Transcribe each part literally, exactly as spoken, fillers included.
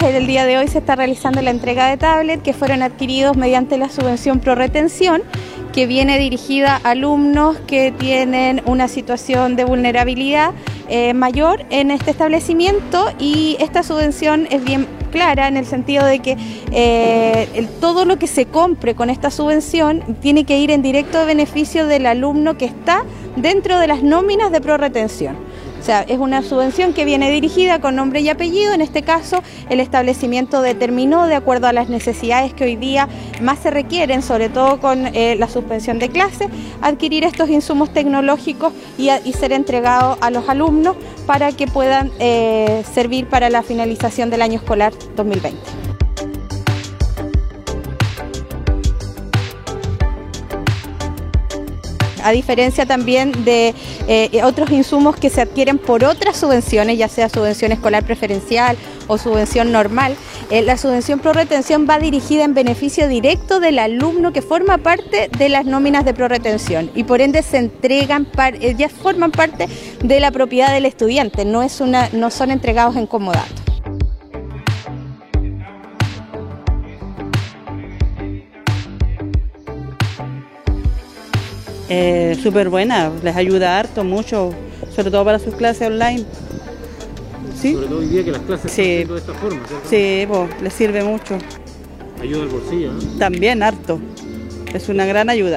el día de hoy se está realizando la entrega de tablets que fueron adquiridos mediante la subvención ProRetención, que viene dirigida a alumnos que tienen una situación de vulnerabilidad eh, mayor en este establecimiento, y esta subvención es bien clara en el sentido de que eh, el, todo lo que se compre con esta subvención tiene que ir en directo beneficio del alumno que está dentro de las nóminas de ProRetención. O sea, es una subvención que viene dirigida con nombre y apellido. En este caso, el establecimiento determinó, de acuerdo a las necesidades que hoy día más se requieren, sobre todo con eh, la suspensión de clases, adquirir estos insumos tecnológicos y, a, y ser entregados a los alumnos para que puedan eh, servir para la finalización del año escolar dos mil veinte. A diferencia también de eh, otros insumos que se adquieren por otras subvenciones, ya sea subvención escolar preferencial o subvención normal, eh, la subvención ProRetención va dirigida en beneficio directo del alumno que forma parte de las nóminas de ProRetención, y por ende se entregan, par, eh, ya forman parte de la propiedad del estudiante, no, es una, no son entregados en comodato. Eh, súper buena, les ayuda harto, mucho, sobre todo para sus clases online. ¿Sí? Sobre todo hoy día que las clases sí. están haciendo de esta forma, ¿cierto? Sí, pues, les sirve mucho. Ayuda al bolsillo, ¿no? También harto, es una gran ayuda.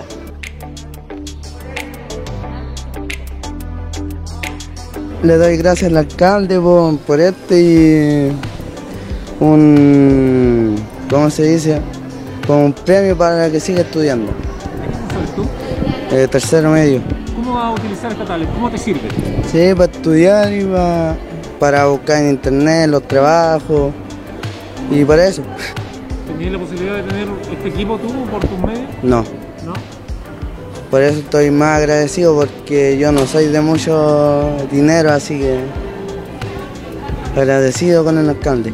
Le doy gracias al alcalde por, por este y un, ¿cómo se dice? Como un premio para que siga estudiando. ¿Sabes tú? Eh, tercero medio. ¿Cómo vas a utilizar esta tablet? ¿Cómo te sirve? Sí, para estudiar y para, para buscar en internet los trabajos y para eso. ¿Tenías la posibilidad de tener este equipo tú por tus medios? No. ¿No? Por eso estoy más agradecido, porque yo no soy de mucho dinero, así que agradecido con el alcalde.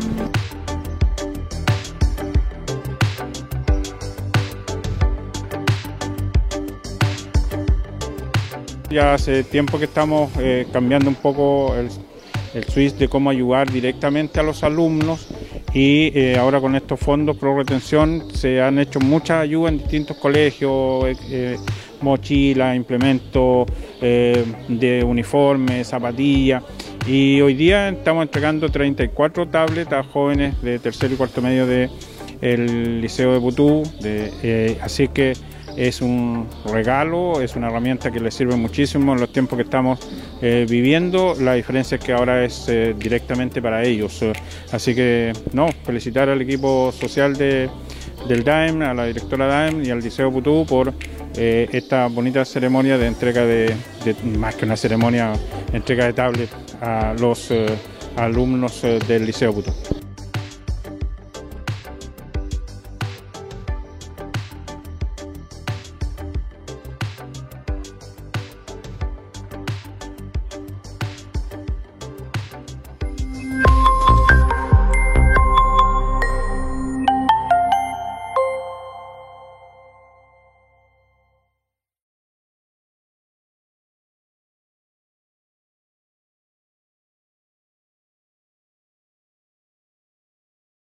Ya hace tiempo que estamos eh, cambiando un poco el, el switch de cómo ayudar directamente a los alumnos, y eh, ahora con estos fondos ProRetención se han hecho muchas ayudas en distintos colegios, eh, eh, mochilas, implementos eh, de uniformes, zapatillas, y hoy día estamos entregando treinta y cuatro tablets a jóvenes de tercero y cuarto medio del Liceo de Putú, de, eh, así que es un regalo, es una herramienta que les sirve muchísimo en los tiempos que estamos eh, viviendo. La diferencia es que ahora es eh, directamente para ellos. Así que, no, felicitar al equipo social de, del D A E M, a la directora D A E M y al Liceo Putú por eh, esta bonita ceremonia de entrega de, de, más que una ceremonia, entrega de tablet a los eh, alumnos eh, del Liceo Putú.